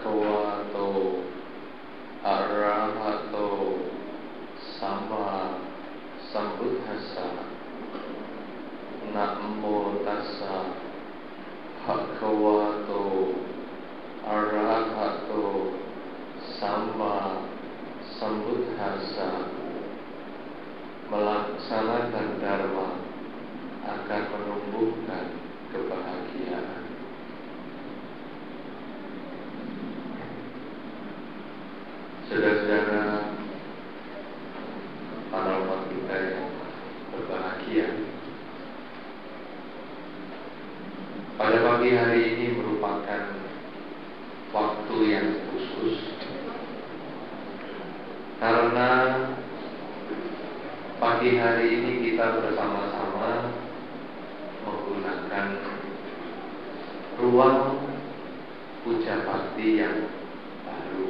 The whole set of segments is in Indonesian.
bhagavato arahato sama sambuddhassa. Namo tassa bhagavato arahato sama sambuddhassa. Melaksanakan dharma akan menumbuhkan kebahagiaan. Saudara-saudara, para umat kita yang berbahagia, pada pagi hari ini merupakan waktu yang khusus karena pagi hari ini kita bersama-sama menggunakan ruang puja bakti yang baru.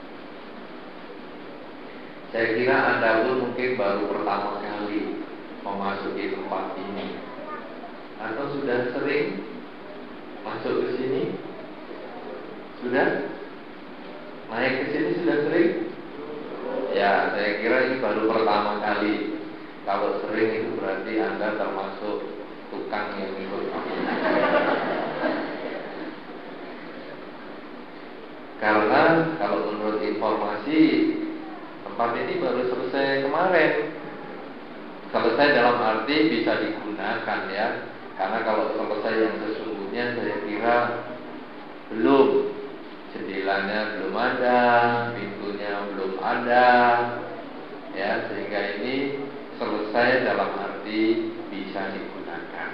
Saya kira Anda pun mungkin baru pertama kali memasuki tempat ini, atau sudah sering masuk ke sini? Sudah? Naik ke sini sudah sering? Ya, saya kira ini baru pertama kali. Kalau sering itu berarti Anda termasuk tukang yang ikut. Karena kalau menurut informasi, tempat ini baru selesai kemarin. Selesai dalam arti bisa digunakan ya. Karena kalau selesai yang sesungguhnya saya kira belum. Jendelanya belum ada, pintunya belum ada, ya, sehingga ini selesai dalam arti bisa digunakan.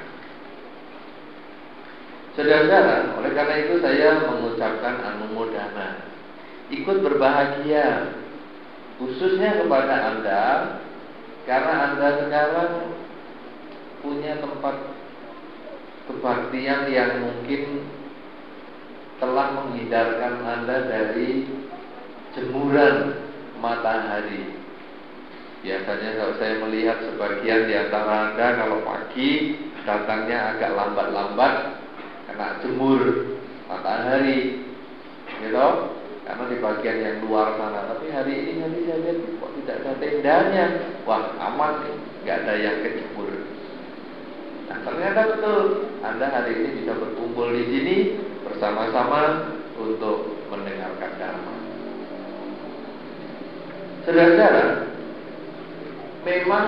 Saudara-saudara, oleh karena itu saya mengucapkan anumodana, ikut berbahagia, khususnya kepada Anda, karena Anda sekarang punya tempat kebaktian yang mungkin telah menghindarkan Anda dari jemuran matahari. Biasanya kalau saya melihat sebagian di antara Anda kalau pagi datangnya agak lambat-lambat kena jemur matahari, gitu. Karena di bagian yang luar sana. Tapi hari ini saya lihat kok tidak ada tendanya. Wah, aman nih, nggak ada yang kejemur. Nah, ternyata betul Anda hari ini bisa berkumpul di sini bersama-sama untuk mendengarkan dharma. Saudara-saudara, memang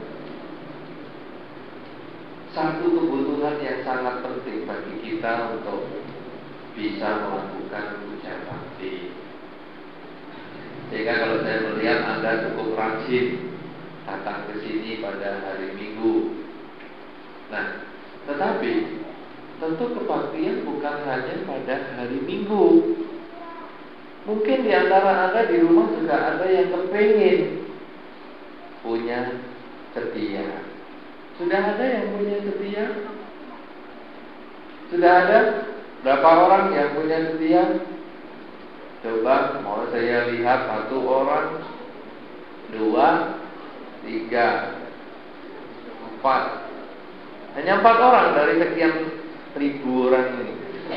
satu kebutuhan yang sangat penting bagi kita untuk bisa melakukan puja bakti. Sehingga kalau saya melihat Anda cukup rajin datang ke sini pada hari Minggu. Nah, tetapi tentu kebaktian bukan hanya pada hari Minggu. Mungkin di antara Anda di rumah juga ada yang kepingin punya setia. Sudah ada yang punya setia? Sudah ada? Berapa orang yang punya setia? Coba mau saya lihat 1 orang, 2, 3, 4. Hanya 4 orang dari sekian 1000 orang ini.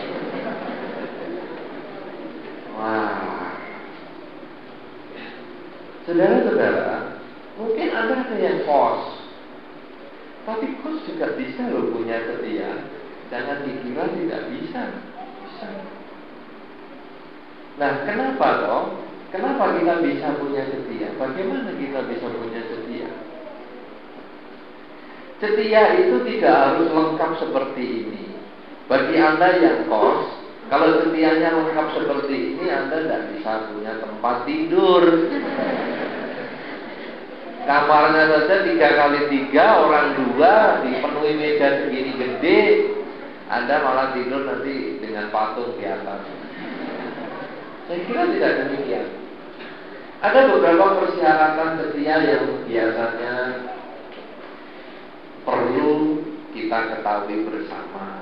Wah. Saudara-saudara, mungkin Anda ada yang kos. Tapi kos juga bisa loh punya setia. Jangan dikira tidak bisa. Bisa. Nah, kenapa toh? Kenapa kita bisa punya setia? Bagaimana kita bisa punya setia? Setia itu tidak harus lengkap seperti ini. Bagi Anda yang kos, kalau setianya lengkap seperti ini, Anda tidak bisa punya tempat tidur. Kamarnya saja 3x3, orang 2, dipenuhi meja segini gede, Anda malah tidur nanti dengan patung di atas. Saya kira tidak demikian. Ada beberapa persyaratan setia yang biasanya perlu kita ketahui bersama.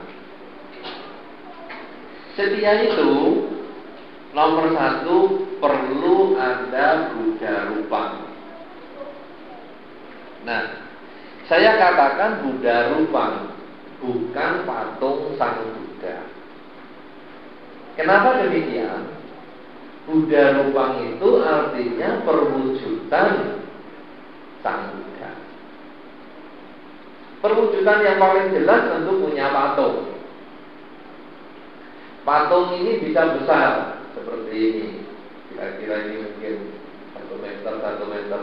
Setia itu nomor 1 perlu ada Buddha Rupang. Nah, saya katakan Buddha Rupang, bukan patung Sang Buddha. Kenapa demikian? Buddha Rupang itu artinya perwujudan Sang Buddha. Perwujudan yang paling jelas tentu punya patung. Patung ini bisa besar seperti ini. Kira-kira ini mungkin 1 meter, 1,5 meter.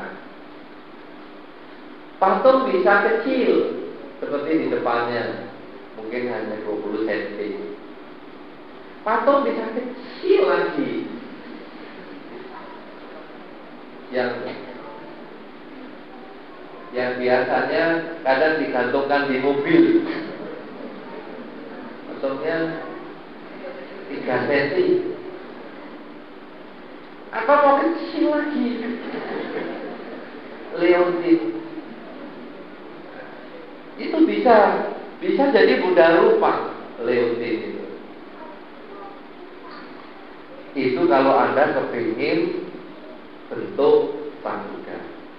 Patung bisa kecil seperti di depannya, mungkin hanya 20 cm. Patung bisa kecil lagi, yang biasanya kadang digantungkan di mobil. Patungnya 3 cm. Atau mau kecil lagi, Leontin. Itu bisa jadi Buddha Rupa, Leontin itu. Itu kalau Anda kepingin bentuk Sang Buddha.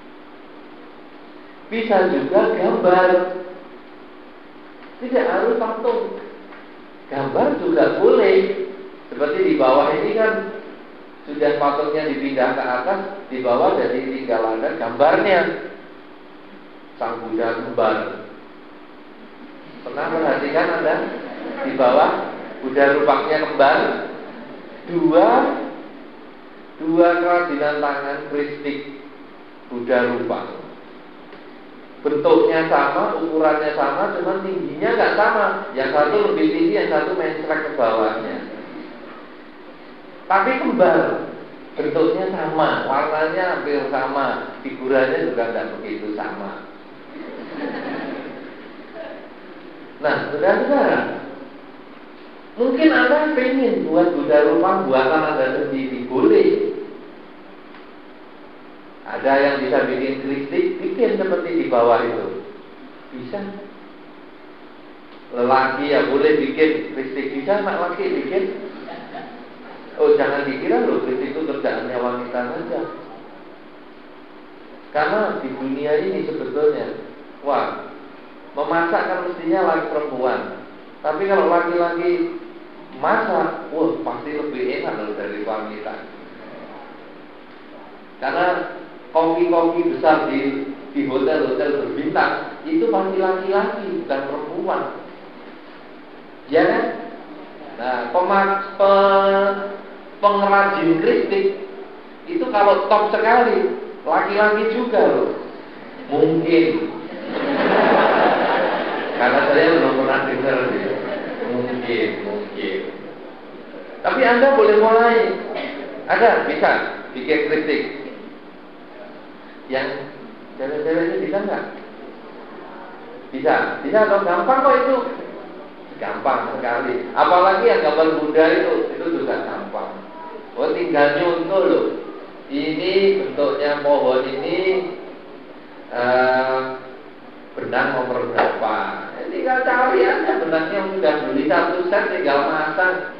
Bisa juga gambar, tidak harus patung. Gambar juga boleh. Seperti di bawah ini kan sudah patungnya dipindah ke atas, di bawah jadi tinggal ada gambarnya Sang Buddha kembar. Pernah perhatikan Anda di bawah Buddha Rupangnya kembar? Dua kerajinan tangan kristik Buddha Rupang. Bentuknya sama, ukurannya sama, cuma tingginya nggak sama. Yang satu lebih tinggi, yang satu mencret ke bawahnya. Tapi kembar, bentuknya sama, warnanya hampir sama, figurannya juga nggak begitu sama. Nah, saudara-saudara, mungkin Anda pengen buat Buddha Rupang buatan Anda sendiri, boleh. Ada yang bisa bikin kristik, bikin seperti di bawah itu, bisa. Lelaki ya boleh bikin kristik, bisa anak laki bikin. Oh, jangan dikira loh kristik itu kerjaannya wanita saja. Karena di dunia ini sebetulnya, memasak kan mestinya laki perempuan. Tapi kalau laki-laki masak, pasti lebih enak loh dari wanita. Karena koki-koki besar di hotel-hotel berbintang itu pasti laki-laki, bukan perempuan. Ya kan? Nah, pengrajin kristik itu kalau top sekali laki-laki juga loh. Mungkin. Karena saya belum pernah dengar sih. Mungkin. Tapi Anda boleh mulai. Ada, bisa bikin kristik. Yang cewek-ceweknya bisa nggak? Bisa atau gampang kok itu? Gampang sekali. Apalagi yang gambar Buddha itu juga gampang. Tinggal nyontoh loh. Ini bentuknya pohon ini benang nomor berapa? Tinggal cari aja benangnya yang sudah beli 1 set, tinggal masang.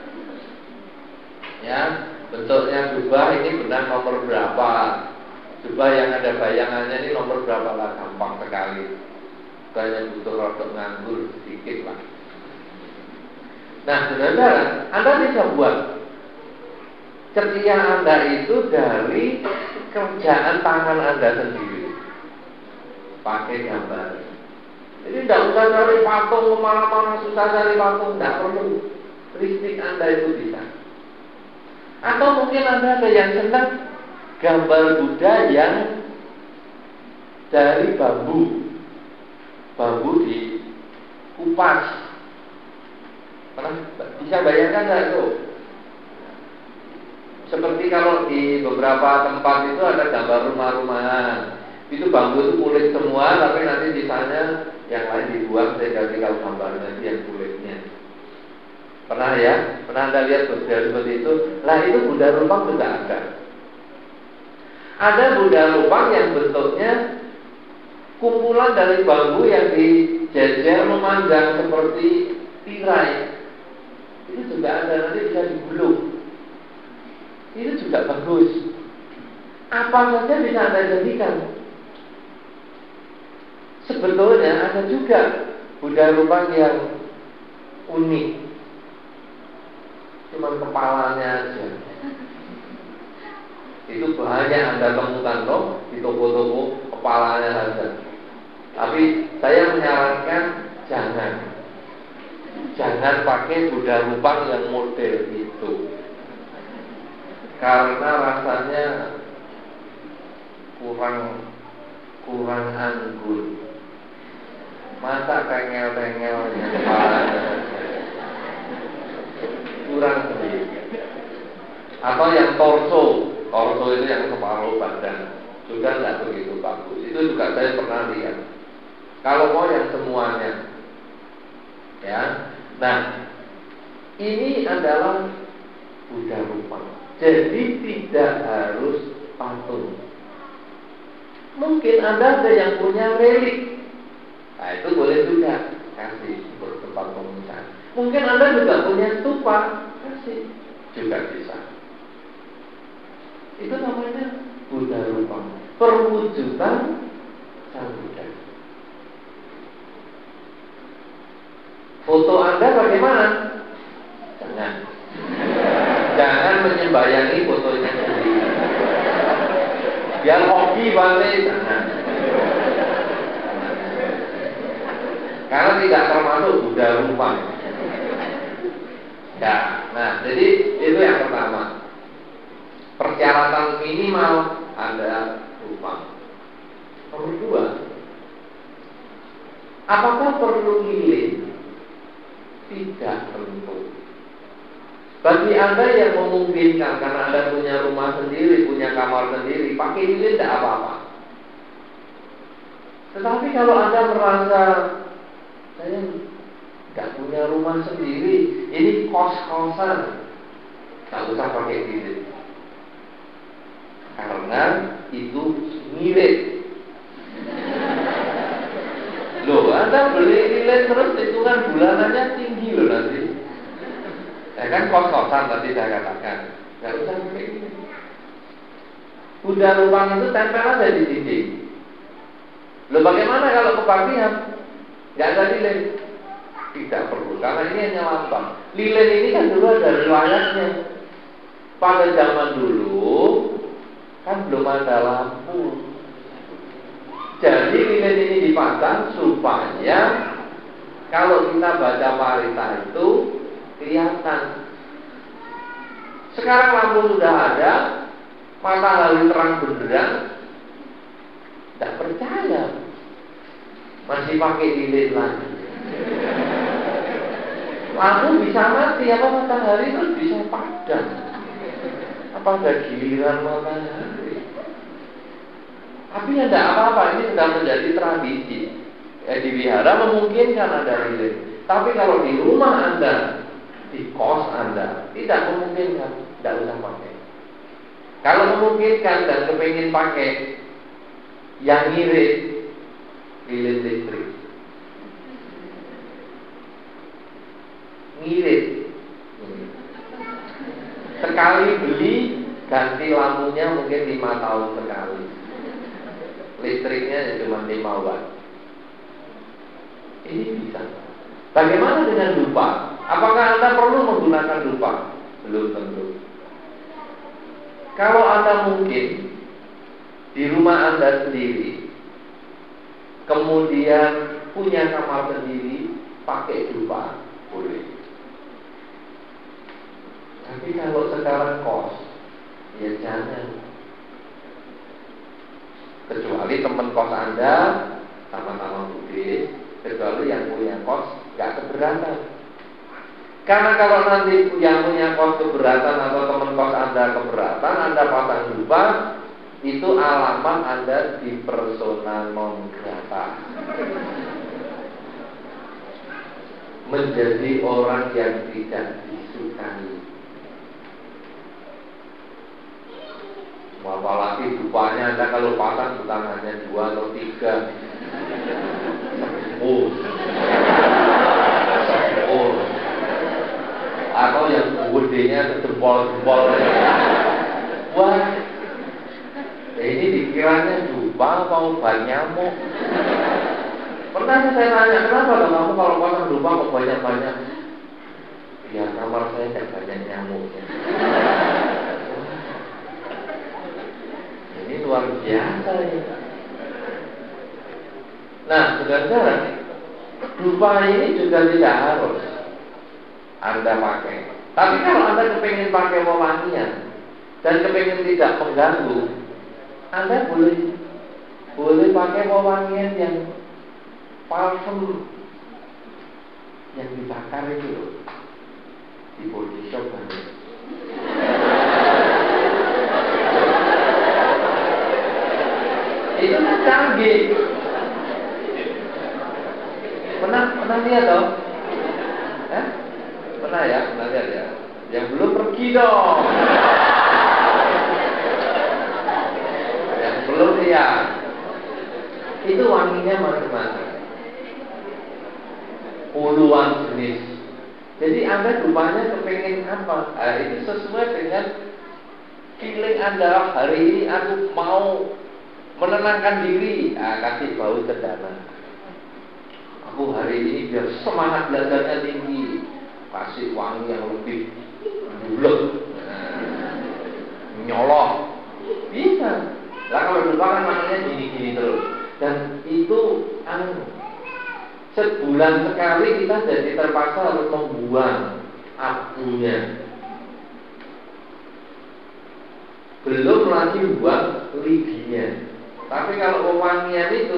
Ya, bentuknya jubah ini benang nomor berapa? Jubah yang ada bayangannya ini nomor berapa lah, gampang sekali. Banyak butuh rodok nganggur sedikit lah. Nah, saudara-saudara, Anda bisa buat ceria Anda itu dari kerjaan tangan Anda sendiri. Pakai gambar. Jadi tidak usah cari patung kemana-mana, susah cari patung, tidak perlu. Kristik Anda itu bisa. Atau mungkin Anda ada yang senang gambar Buddha yang dari bambu dikupas. Bisa bayangkan nggak itu? Seperti kalau di beberapa tempat itu ada gambar rumah-rumahan. Itu bambu itu kulit semua, tapi nanti sisanya yang lain dibuang sehingga tinggal gambarnya yang kulitnya. Pernah ya? Pernah Anda lihat Buddha seperti itu? Lah itu Buddha Rupang juga ada. Ada Buddha Rupang yang bentuknya kumpulan dari bambu yang dijejer memanjang seperti tirai. Itu juga ada, nanti bisa digulung. Itu juga bagus. Apa saja bisa Anda jadikan. Sebetulnya ada juga Buddha Rupang yang unik, cuma kepalanya aja. Itu banyak Anda temukan loh di toko-toko kepalanya saja. Tapi saya menyarankan jangan pakai kuda rupang yang model itu, karena rasanya kurang anggun. Masa tengel-tengelnya kepalanya kurang sedih. Atau yang torso itu yang separuh badan juga tidak begitu bagus. Itu juga saya pernah lihat. Kalau mau yang semuanya, ya. Nah, ini adalah Buddha rupang. Jadi tidak harus patung. Mungkin Anda ada yang punya relik. Nah, itu boleh juga kasih untuk tempat pengungsian. Mungkin Anda juga punya stupa, kasih juga bisa. Itu namanya Buddha rupang, perwujudan Sang Buddha. Foto Anda bagaimana? Jangan menyembayangi fotonya sendiri. Biar hoki balik, jangan. Karena tidak termasuk Buddha rupang. Ya, nah jadi itu yang pertama. Persyaratan minimal Anda rupang. Nomor dua, apakah perlu lilin? Tidak perlu. Bagi Anda yang memungkinkan, karena Anda punya rumah sendiri, punya kamar sendiri, pakai lilin tidak apa-apa. Tetapi kalau Anda merasa saya nggak punya rumah sendiri, ini kos-kosan, nggak usah pakai lilin. Karena itu mirip. Loh, Anda beli lilin terus hitungan bulanannya tinggi loh nanti. Ya kan kos-kosan tadi saya katakan, nggak usah pakai lilin. Buddha rupang itu tempel aja di dinding. Loh, bagaimana kalau kebagian? Nggak ada lilin? Tidak perlu, karena ini hanya lambang. Lilin ini kan dulu ada riwayatnya. Pada zaman dulu kan belum ada lampu. Jadi lilin ini dipasang supaya kalau kita baca parita itu kelihatan. Sekarang lampu sudah ada, matahari terang benderang, tidak percaya, masih pakai lilin lagi. Lampu bisa mati, apa matahari terus bisa padam? Apa ada giliran matahari? Tapi ya tidak apa-apa, ini sudah menjadi tradisi. Di wihara memungkinkan ada lilin. Tapi kalau di rumah Anda, di kos Anda, tidak memungkinkan, tidak usah pakai. Kalau memungkinkan dan kepingin pakai, yang ngirit lilin listrik. Ngirit. Sekali beli, ganti lampunya mungkin 5 tahun sekali. Listriknya cuma 5 watt. Ini bisa. Bagaimana dengan dupa? Apakah Anda perlu menggunakan dupa? Belum tentu. Kalau Anda mungkin di rumah Anda sendiri, kemudian punya kamar sendiri, pakai dupa, boleh. Tapi kalau sekarang kos, ya jangan. Kecuali teman kos Anda sama-sama Buddhis, kecuali yang punya kos nggak keberatan. Karena kalau nanti yang punya kos keberatan atau teman kos Anda keberatan, Anda pasang dupa, itu alamat Anda di persona non grata, menjadi orang yang tidak disukai. Apalagi dupanya Anda kalau pasang bukan hanya 2 atau 3, atau yang gedenya jempol-jempol. Wah, ini dikiranya dupa atau ban nyamuk. Pernah saya tanya, kenapa dong kamu kalau pasang dupa kok banyak-banyak? Biar kamar saya tidak banyak nyamuknya. saudara, dupa ini juga tidak harus Anda pakai. Tapi kalau Anda kepengen pakai wewangian dan kepengen tidak mengganggu, Anda boleh pakai wewangian yang parfum yang dibakar itu loh, di body shop banyak. Itu kan canggih. Pernah lihat dong? Pernah lihat ya. Yang belum pergi dong. Yang belum lihat. Itu wanginya macam-macam. Puluhan jenis. Jadi Anda rupanya kepengen apa? Itu sesuai dengan feeling Anda. Hari ini aku mau menenangkan diri. Kasih bau cendana. Aku hari ini biar semangat belajarnya tinggi. Kasih wangi yang lebih bulat, nyolok. Bisa. Lah kalau dupa kan maknanya gini-gini terus. Dan itu sebulan sekali kita jadi terpaksa harus membuang abunya. Belum lagi buang lidinya. Tapi kalau wewangian itu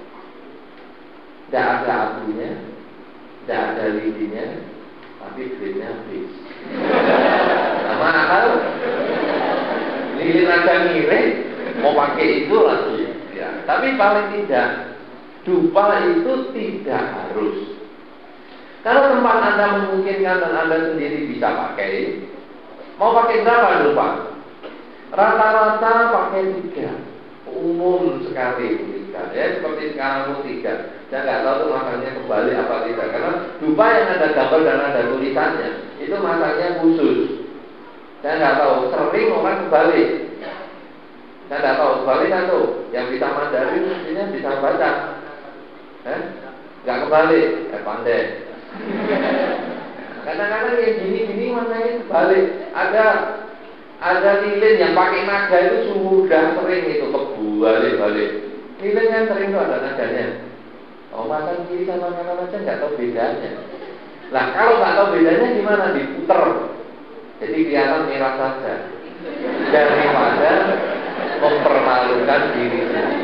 tidak ada abunya, tidak ada lidinya, tapi duitnya habis. Sama akal, lilin aja ngirit, mau pakai itu lagi. Ya, tapi paling tidak, dupa itu tidak harus. Kalau tempat Anda memungkinkan dan Anda sendiri bisa pakai, mau pakai berapa dupa? Rata-rata pakai 3. Umum sekali 3. Ya, seperti sekarang pun 3. Saya nggak tahu tuh masaknya kebalik apa tidak. Karena dupa yang ada gambar dan ada tulisannya itu masaknya khusus. Saya nggak tahu. Sering orang kebalik. Saya nggak tahu kebalik atau yang bisa Mandarin mestinya bisa baca. Nggak kebalik. Pandai. Kadang-kadang yang gini-gini masaknya kebalik. Ada lilin yang pakai naga itu sudah sering itu kebalik-balik. Lilin yang sering itu ada naganya. Pasang kiri sama kanan aja nggak tahu bedanya. Lah kalau nggak tahu bedanya gimana? Diputer. Jadi kelihatan merah saja. Daripada mempermalukan diri sendiri.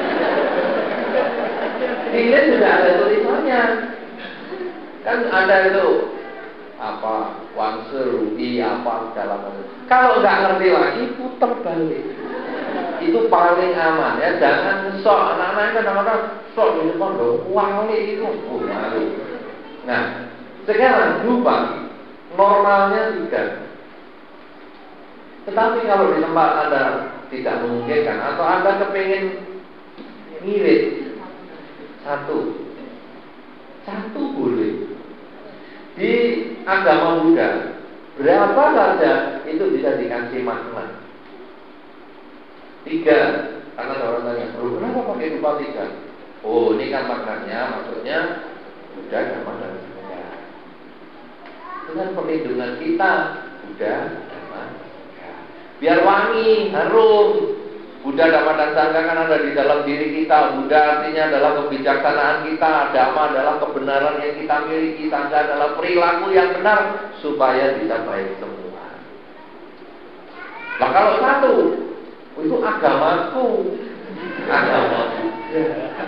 Lilin sudah ada tulisannya. Kan ada itu apa Wanserugi apa dalam. Kalau nggak ngerti lagi putar balik. Itu paling aman ya. Jangan sok. Anak-anak kadang-kadang sok di depan dong. Wali itu malu. Nah, sekarang dupa normalnya 3. Tetapi kalau di tempat Anda tidak memungkinkan atau Anda kepingin ngirit 1 boleh. Di agama Buddha berapa saja itu bisa dikasih makna 3. Karena orang tanya, kenapa pakai dupa 3? Oh, ini kan maknanya, maksudnya Buddha, Dhamma, dan Sangha. Dengan perlindungan kita, Buddha, Dhamma, Sangha. Biar wangi, harum. Buddha, Dhamma, dan Sangha kan ada di dalam diri kita. Buddha artinya adalah kebijaksanaan kita. Dhamma adalah kebenaran yang kita miliki. Sangha adalah perilaku yang benar supaya bisa baik semua. Nah kalau 1 itu agamaku, agama Buddha.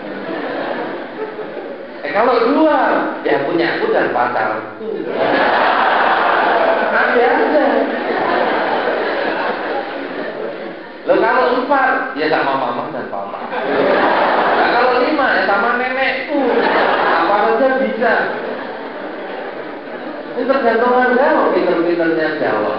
Kalau 2 ya punya aku dan pacarku. Ada aja. Loh kalau 4 ya sama mama dan papa. Nah, kalau 5 ya sama nenekku. Apa saja bisa. Ini tergantung Anda mau pinter-pinternya jawab.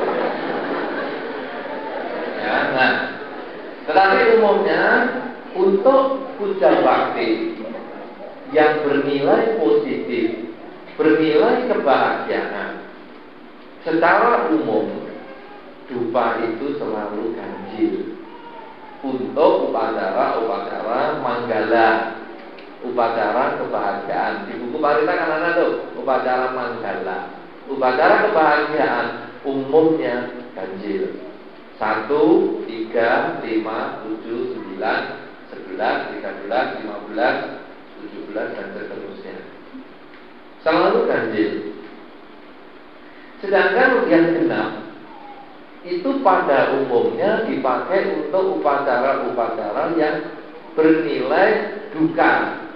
Ya, nah, tetapi umumnya untuk puja bakti yang bernilai positif, bernilai kebahagiaan, secara umum dupa itu selalu ganjil untuk upacara manggala, upacara kebahagiaan. Di buku Parita kan ada tuh upacara manggala, upacara kebahagiaan umumnya ganjil. 1, 3, 5, 7, 9, 11, 13, 15, 17, 17 dan seterusnya. Selalu ganjil. Sedangkan rupiah genap itu pada umumnya dipakai untuk upacara-upacara yang bernilai duka.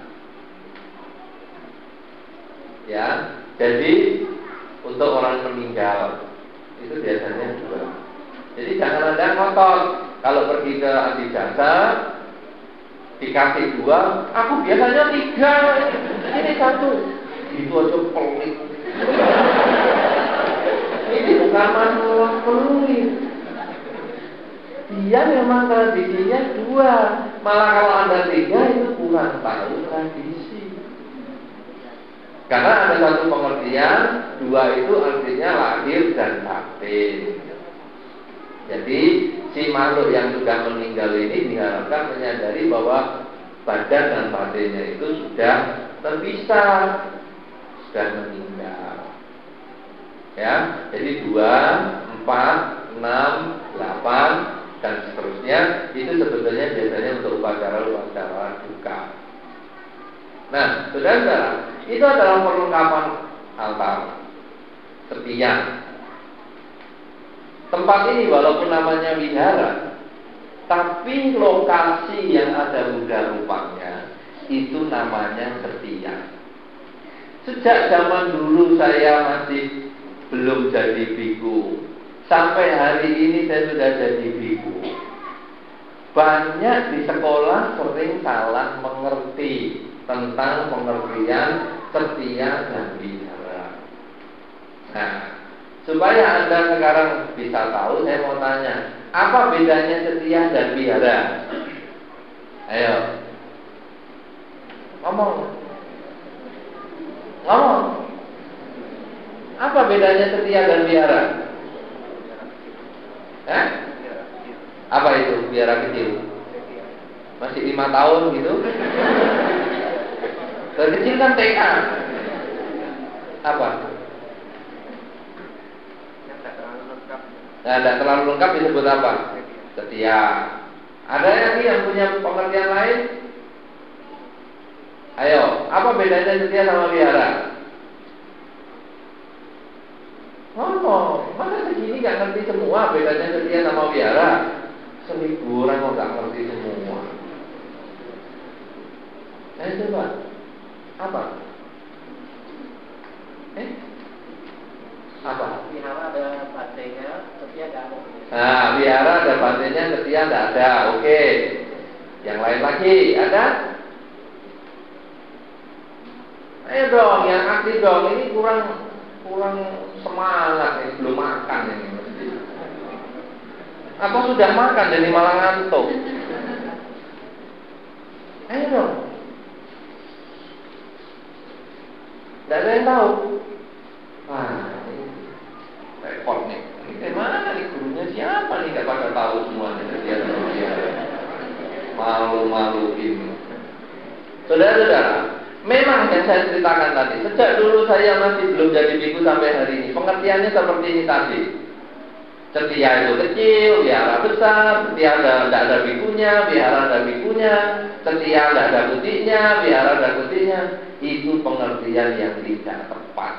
Ya, jadi untuk orang meninggal itu biasanya 2. Jadi jangan ada ngotot. Kalau pergi ke ahli jasa dikasih 2, aku biasanya 3, ini 1. Itu aja pelit. Ini bukan masalah pelit. Dia memang tradisinya 2. Malah kalau Anda 3 itu kurang tahu tradisi. Karena ada satu pengertian, 2 itu artinya lahir dan batin. Jadi si makhluk yang sudah meninggal ini diharapkan menyadari bahwa badan dan batinnya itu sudah terpisah, sudah meninggal. Ya, jadi 2, 4, 6, 8 dan seterusnya itu sebetulnya biasanya untuk upacara-upacara duka. Nah, saudara, itu adalah perlengkapan altar sepian. Tempat ini walaupun namanya wihara, tapi lokasi yang ada Buddha rupanya itu namanya sepian. Sejak zaman dulu saya masih belum jadi biku, sampai hari ini saya sudah jadi biku. Banyak di sekolah sering salah mengerti tentang pengertian setia dan wihara. Nah, supaya Anda sekarang bisa tahu, saya mau tanya, apa bedanya setia dan wihara? Ayo, ngomong. Apa bedanya setia dan wihara? Apa itu wihara kecil? Masih 5 tahun gitu? Kecil kan TK. Apa? Nah, tidak terlalu lengkap disebut apa? Setia. Ada lagi yang punya pengertian lain? Ayo, apa bedanya setia sama wihara? Masa segini nggak ngerti semua bedanya setia sama wihara? 1000 orang kok nggak ngerti semua. Ayo coba. Apa? Apa? Wihara ada bantainya, setia nggak ada. Nah, wihara ada bantainya, setia nggak ada. Oke. Yang lain lagi ada? Ayo dong, yang aktif dong. Ini kurang semangat nih, belum makan ini. Apa sudah makan jadi malah ngantuk? Ayo dong. Tidak ada yang tahu. Wah, repot nih. Mana nih gurunya siapa nih? Gak pada tahu semuanya. Malu-maluin. Saudara-saudara, memang yang saya ceritakan tadi, sejak dulu saya masih belum jadi biku sampai hari ini, pengertiannya seperti ini tadi. Setia itu kecil, wihara besar. Setia tidak ada bikunya, wihara ada bikunya. Setia tidak ada putihnya, wihara ada putihnya. Itu pengertian yang tidak tepat.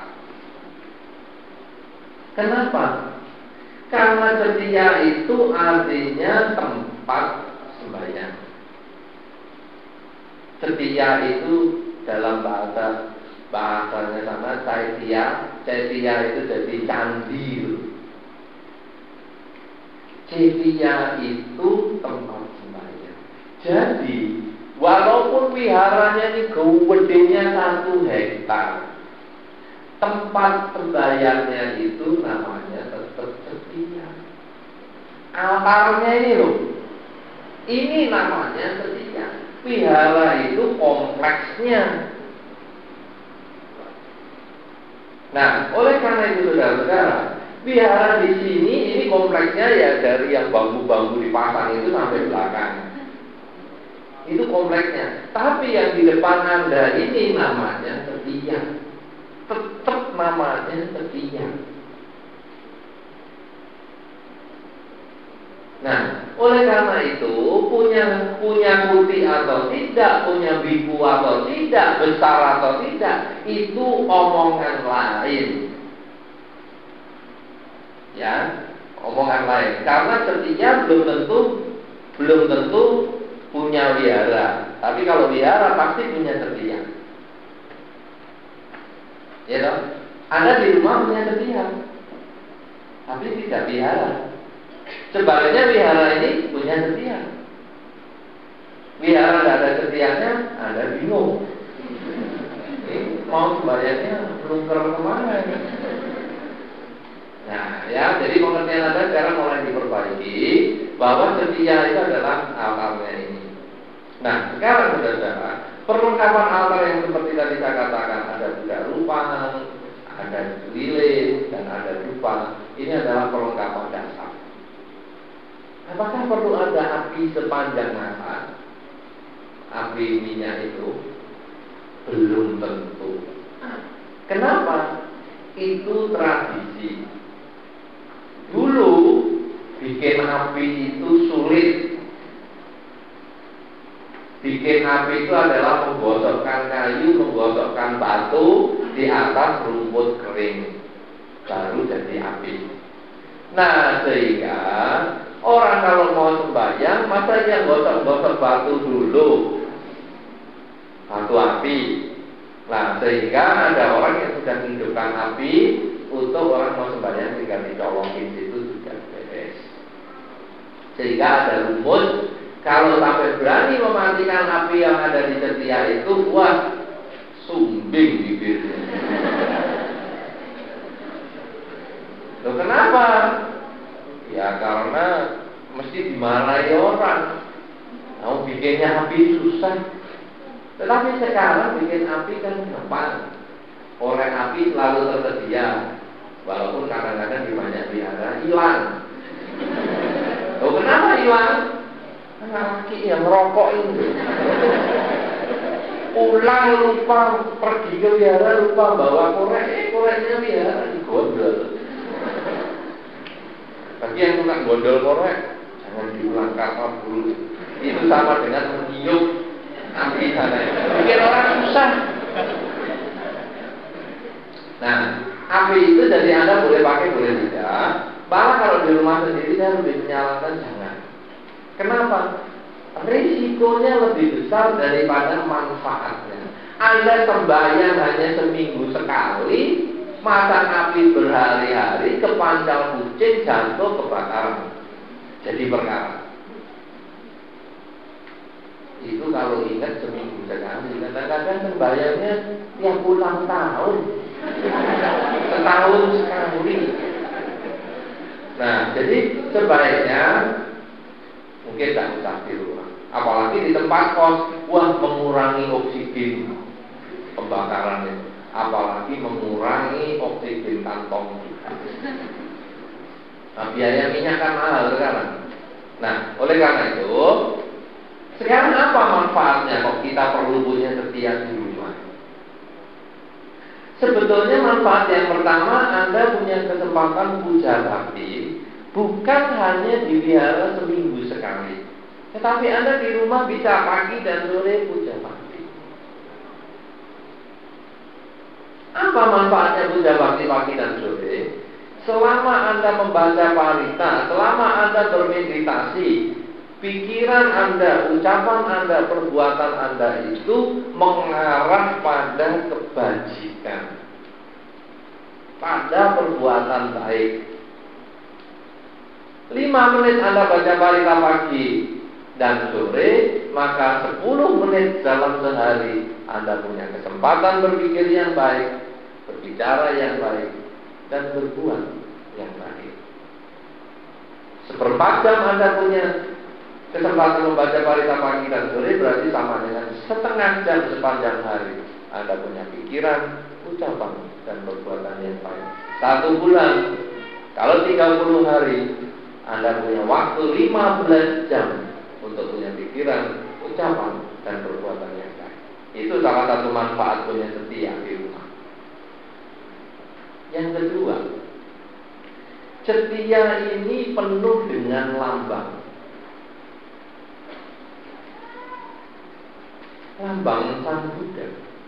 Kenapa? Karena setia itu artinya tempat sembahyang. Setia itu dalam bahasanya sama Caitia itu jadi candi. Caitia itu tempat sembahyang. Jadi walaupun wiharanya ini gedenya 1 hektar, tempat sembahyangnya itu namanya tetap setia. Altarnya ini loh, ini namanya setia. Wihara itu kompleksnya. Nah, oleh karena itu saudara-saudara, wihara di sini ini kompleksnya ya dari yang bambu-bambu dipasang itu sampai belakang. Itu kompleksnya. Tapi yang di depan Anda ini namanya setia. Tetap namanya setia. Nah, oleh karena itu punya kuti atau tidak, punya biku atau tidak, besar atau tidak, itu omongan lain. Ya, omongan lain. Karena setia belum tentu punya wihara. Tapi kalau wihara pasti punya setia. Ya toh? Anda di rumah punya setia, tapi tidak wihara. Sebaliknya wihara ini punya setia. Wihara tidak ada setianya, Anda bingung. Mau sembahyangnya belum kemana ini? Nah, ya, jadi pengertian Anda sekarang mulai diperbaiki bahwa setia itu adalah altarnya ini. Nah, sekarang saudara, perlengkapan altar yang seperti tadi saya katakan, ada juga rupa, ada lilin, dan ada dupa. Ini adalah perlengkapan dasar. Apakah perlu ada api sepanjang masa? Api minyak itu belum tentu. Kenapa? Itu tradisi. Dulu bikin api itu sulit. Bikin api itu adalah menggosokkan kayu, menggosokkan batu di atas rumput kering, baru jadi api. Nah, sehingga orang kalau mau sembahyang, masa yang gosok-gosok batu dulu, batu api. Nah, sehingga ada orang yang sudah menghidupkan api untuk orang mau sembahyang tinggal dicolokin situ sudah beres. Sehingga ada rumus, kalau sampai berani mematikan api yang ada di setia itu, wah, sumbing bibirnya. Loh, kenapa? Ya karena mesti dimarahi orang. Mau bikinnya api susah. Tetapi sekarang bikin api kan gampang. Korek api selalu tersedia. Walaupun kadang-kadang di banyak wihara hilang. Loh, kenapa hilang? Karena laki yang merokok ini. Pulang lupa, pergi ke wihara lupa bawa korek. Koreknya wihara digondol. Bagi yang tukang gondol korek, jangan diulang kapal dulu. Itu sama dengan meniup api sana. Bikin orang susah. Nah, api itu jadi Anda boleh pakai, boleh tidak. Malah kalau di rumah sendiri saya lebih menyarankan jangan. Kenapa? Risikonya lebih besar daripada manfaatnya. Anda sembahyang hanya seminggu sekali, masak api berhari-hari, kepancal kucing, jatuh, kebakaran. Jadi perkara. Itu kalau ingat seminggu sekali. Kadang-kadang sembahyangnya tiap ulang tahun, setahun sekali. Nah, jadi sebaiknya mungkin tak usah di rumah. Apalagi di tempat kos, wah, mengurangi oksigen pembakaran itu. Apalagi mengurangi oksigen kantong kita. Nah, biaya minyak kan mahal sekarang. Nah, oleh karena itu, sekarang apa manfaatnya kok kita perlu punya setia di rumah? Sebetulnya manfaat yang pertama, Anda punya kesempatan puja bakti, bukan hanya di wihara seminggu sekali, tetapi Anda di rumah bisa pagi dan sore puja bakti. Apa manfaatnya puja bakti pagi dan sore? Selama Anda membaca parita, selama Anda bermeditasi, pikiran Anda, ucapan Anda, perbuatan Anda itu mengarah pada kebajikan, pada perbuatan baik. 5 menit Anda baca parita pagi dan sore, maka 10 menit dalam sehari Anda punya kesempatan berpikir yang baik, berbicara yang baik, dan berbuat yang baik. 1/4 jam Anda punya kesempatan membaca parita pagi dan sore, berarti sama dengan 1/2 jam sepanjang hari Anda punya pikiran, ucapan, dan perbuatan yang baik. 1 bulan, kalau 30 hari, Anda punya waktu 15 jam untuk punya pikiran, ucapan, dan perbuatan yang baik. Itu salah satu manfaat punya setia di rumah. Yang kedua, setia ini penuh dengan lambang. lambang Sang Buddha.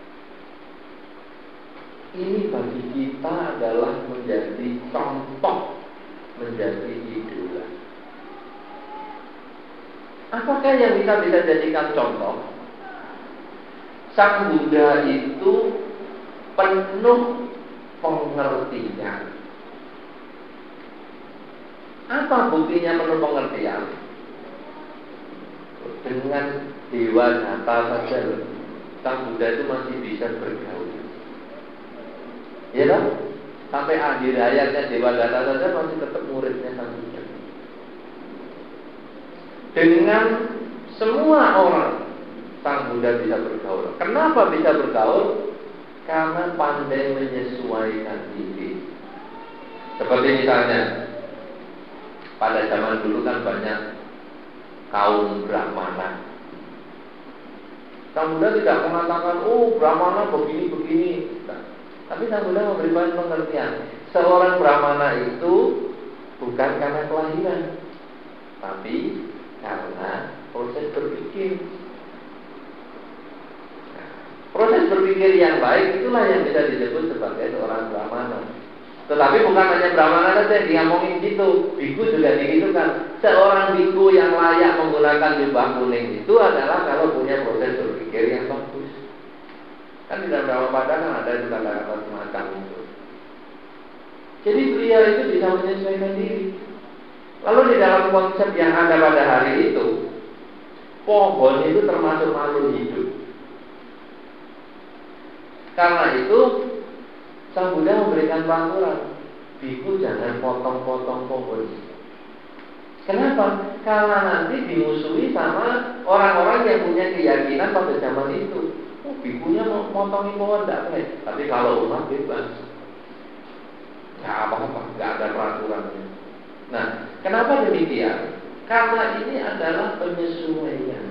Ini bagi kita adalah menjadi contoh, menjadi idola. Apakah yang kita bisa jadikan contoh? Sang Buddha itu penuh pengertian. Apa buktinya penuh pengertian? Dengan dewa nyata saja, Sang Buddha itu masih bisa bergaul. Ya kan? Sampai akhir hayatnya dewa data saja masih tetap muridnya Sang Buddha. Dengan semua orang Sang Buddha bisa bergaul. Kenapa bisa bergaul? Karena pandai menyesuaikan diri. Seperti misalnya pada zaman dulu kan banyak kaum Brahmana. Sang Buddha tidak mengatakan, oh Brahmana begini-begini. Tapi Sang Buddha memberikan pengertian. Seorang Brahmana itu bukan karena kelahiran, tapi karena proses berpikir. Nah, proses berpikir yang baik itulah yang bisa disebut sebagai seorang Brahmana. Tetapi bukan hanya Brahmana saja yang ngomongin gitu, biku juga digitukan. Seorang biku yang layak menggunakan jubah kuning itu adalah kalau punya proses berpikir yang bagus. Kan di dalam Dhammapada kan ada juga kata-kata semacam itu. Jadi beliau itu bisa menyesuaikan diri. Lalu di dalam konsep yang ada pada hari itu, pohon itu termasuk makhluk hidup. Karena itu Sang Buddha memberikan peraturan, biku jangan potong-potong pohon. Kenapa? Karena nanti dimusuhi sama orang-orang yang punya keyakinan pada zaman itu. Oh, bikunya mau potongin pohon tidak boleh. Tapi kalau umat bebas, nggak apa-apa, nggak ada peraturannya. Nah, kenapa demikian? Karena ini adalah penyesuaian.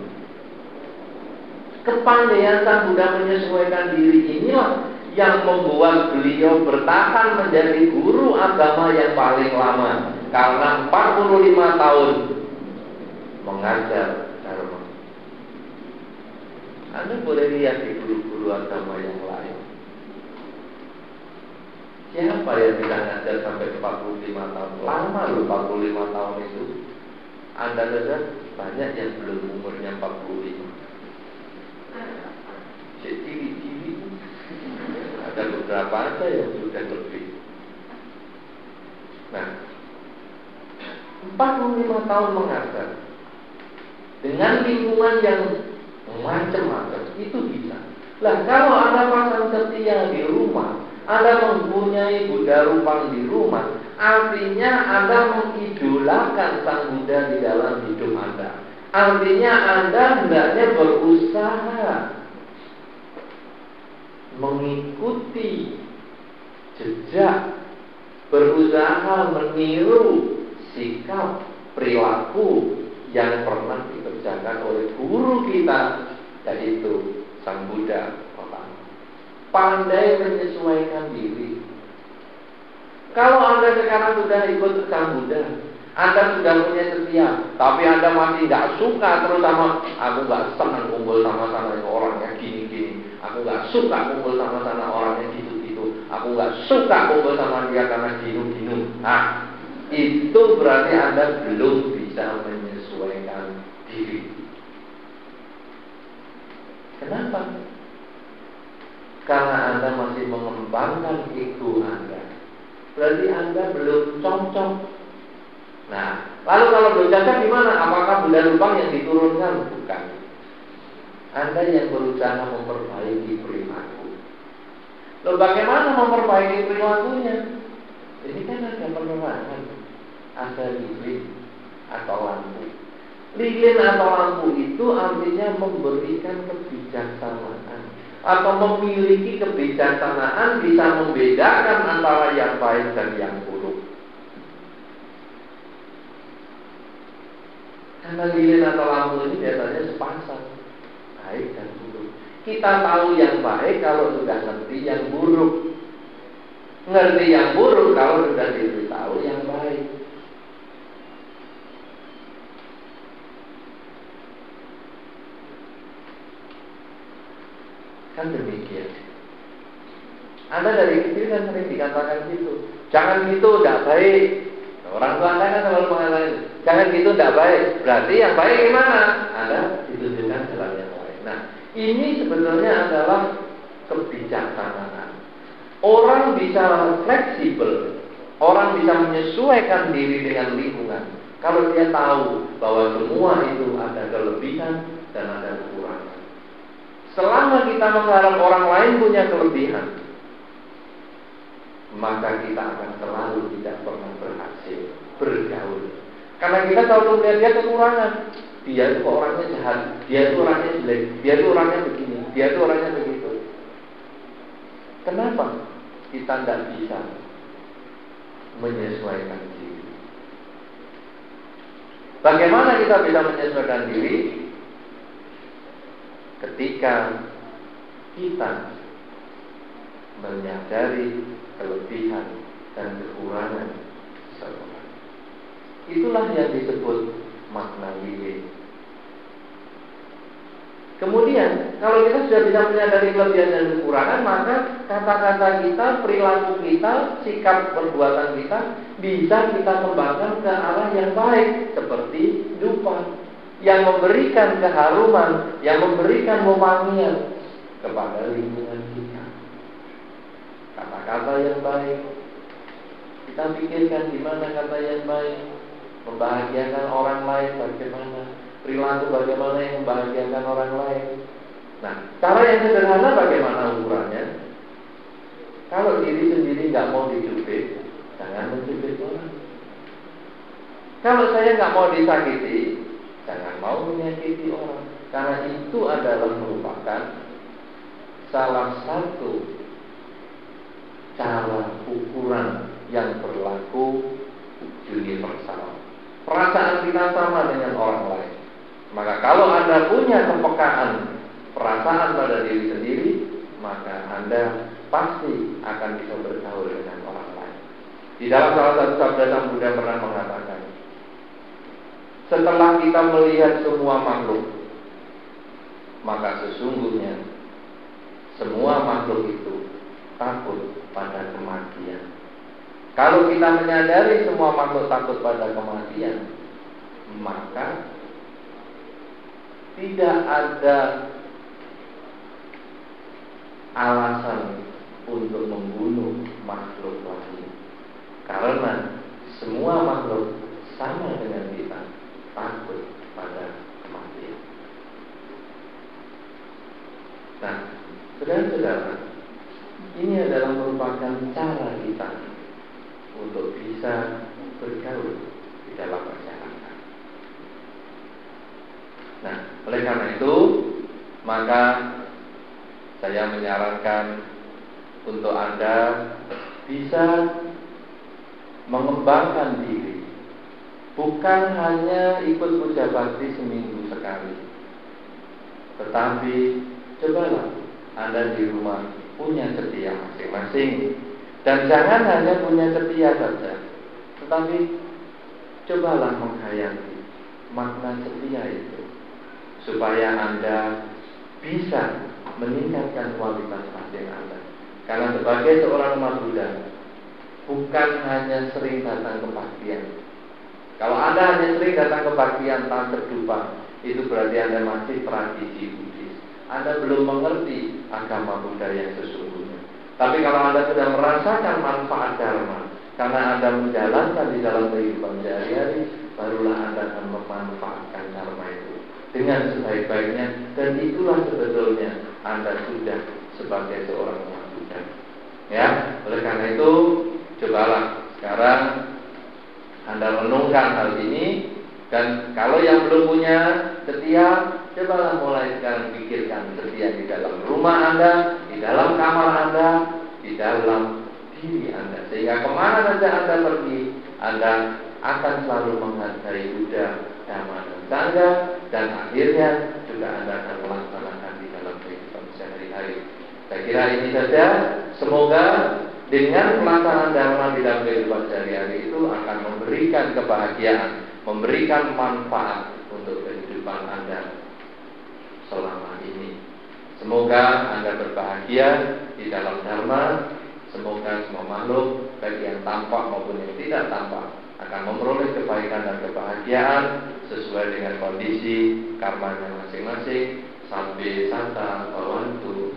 Kepandaian Sang Buddha menyesuaikan diri inilah yang membuat beliau bertahan menjadi guru agama yang paling lama. Karena 45 tahun mengajar dharma. Anda boleh lihat di guru-guru agama yang lain. Siapa yang bisa ngajar sampai 45 tahun? Lama loh 45 tahun itu. Anda saja banyak yang belum umurnya 45. Jadi ada beberapa aja yang sudah lebih. Nah, 45 tahun mengajar dengan lingkungan yang macam-macam itu bisa. Lah kalau Anda pasang setia di rumah, Anda mempunyai Buddha Rupang di rumah, artinya Anda mengidolakan Sang Buddha di dalam hidup Anda. Artinya Anda hendaknya berusaha mengikuti jejak, berusaha meniru sikap, perilaku yang pernah dikerjakan oleh guru kita, yaitu Sang Buddha. Pandai menyesuaikan diri. Kalau Anda sekarang sudah ikut Sang Buddha, Anda sudah punya setia, tapi Anda masih nggak suka terus sama, aku nggak senang kumpul sama orangnya gini-gini, aku nggak suka kumpul sama orangnya gitu-gitu, aku nggak suka kumpul sama dia karena gini-gini. Nah, itu berarti Anda belum bisa menyesuaikan diri. Kenapa? Karena Anda masih mengembangkan ego Anda. Berarti Anda belum cocok. Nah, lalu kalau belum cocok gimana? Apakah Buddha Rupang yang diturunkan? Bukan. Anda yang berusaha memperbaiki perilaku. Loh, bagaimana memperbaiki perilakunya? Ini kan ada penerangan, ada lilin atau lampu. Lilin atau lampu itu artinya memberikan kebijaksanaan atau memiliki kebijaksanaan, bisa membedakan antara yang baik dan yang buruk. Karena lilin atau lampu ini biasanya sepasang, baik dan buruk. Kita tahu yang baik kalau sudah ngerti yang buruk, ngerti yang buruk kalau sudah diberitahu yang baik. Kan demikian. Anda dari kecil kan sering dikatakan gitu. Jangan gitu, tidak baik. Orang tua Anda kan selalu mengatakan, jangan gitu, tidak baik. Berarti yang baik gimana? Anda ditunjukkan jalan yang baik. Nah, ini sebetulnya adalah kebijaksanaan. Orang bisa fleksibel, orang bisa menyesuaikan diri dengan lingkungan. Kalau dia tahu bahwa semua itu ada kelebihan dan ada kekurangan. Selama kita mengharap orang lain punya kelebihan, maka kita akan selalu tidak pernah berhasil bergaul. Karena kita selalu melihat dia kekurangan. Dia itu orangnya jahat, dia itu orangnya jelek, dia itu orangnya begini, dia itu orangnya begitu. Kenapa kita tidak bisa menyesuaikan diri? Bagaimana kita bisa menyesuaikan diri? Ketika kita menyadari kelebihan dan kekurangan seseorang. Itulah yang disebut makna diri. Kemudian, kalau kita sudah bisa menyadari kelebihan dan kekurangan, maka kata-kata kita, perilaku kita, sikap perbuatan kita bisa kita kembangkan ke arah yang baik, seperti dupa, yang memberikan keharuman, yang memberikan wewangian kepada lingkungan kita. Kata-kata yang baik, kita pikirkan gimana kata yang baik, membahagiakan orang lain bagaimana, perilaku bagaimana yang membahagiakan orang lain. Nah, cara yang sederhana bagaimana ukurannya? Kalau diri sendiri nggak mau dicubit, jangan mencubit orang. Kalau saya nggak mau disakiti, jangan mau menyakiti orang. Karena itu adalah merupakan salah satu cara ukuran yang berlaku universal. Perasaan kita sama dengan orang lain. Maka kalau Anda punya kepekaan perasaan pada diri sendiri, maka Anda pasti akan bisa bergaul dengan orang lain. Di dalam salah satu sabda Sang Buddha pernah mengatakan, setelah kita melihat semua makhluk, maka sesungguhnya semua makhluk itu takut pada kematian. Kalau kita menyadari semua makhluk takut pada kematian, maka tidak ada alasan untuk membunuh makhluk lain. Karena semua makhluk sama dengan kita, takut pada kematian. Nah, saudara-saudara, ini adalah merupakan cara kita untuk bisa bergaul di dalam masyarakat. Nah, oleh karena itu, maka saya menyarankan untuk Anda bisa mengembangkan diri, bukan hanya ikut puja bakti seminggu sekali, tetapi cobalah Anda di rumah punya setia masing-masing. Dan jangan hanya punya setia saja, tetapi cobalah menghayati makna setia itu, supaya Anda bisa meningkatkan kualitas batin Anda. Karena sebagai seorang umat Buddha, bukan hanya sering datang ke baktian. Kalau Anda hanya sering datang ke baktian tanpa dupa, itu berarti Anda masih tradisi Buddhis. Anda belum mengerti agama Buddha yang sesungguhnya. Tapi kalau Anda sudah merasakan manfaat dharma, karena Anda menjalankan di dalam kehidupan sehari-hari, barulah Anda akan memanfaatkan dharma itu dengan sebaik-baiknya. Dan itulah sebetulnya Anda sudah sebagai seorang umat Buddha. Ya, oleh karena itu, cobalah sekarang Anda renungkan hal ini. Dan kalau yang belum punya setia, cobalah mulai sekarang pikirkan setia di dalam rumah Anda, di dalam kamar Anda, di dalam diri Anda. Sehingga kemana saja Anda pergi, Anda akan selalu menghargai Buddha, Dhamma, dan Sangha. Dan akhirnya juga Anda akan melaksanakan di dalam kehidupan sehari-hari. Saya kira ini saja. Semoga dengan pelaksanaan Dharma di dalam kehidupan sehari-hari itu akan memberikan kebahagiaan, memberikan manfaat untuk kehidupan Anda selama ini. Semoga Anda berbahagia di dalam Dharma. Semoga semua makhluk, baik yang tampak maupun yang tidak tampak, akan memperoleh kebaikan dan kebahagiaan sesuai dengan kondisi karmanya masing-masing. Sampai santa bhavantu.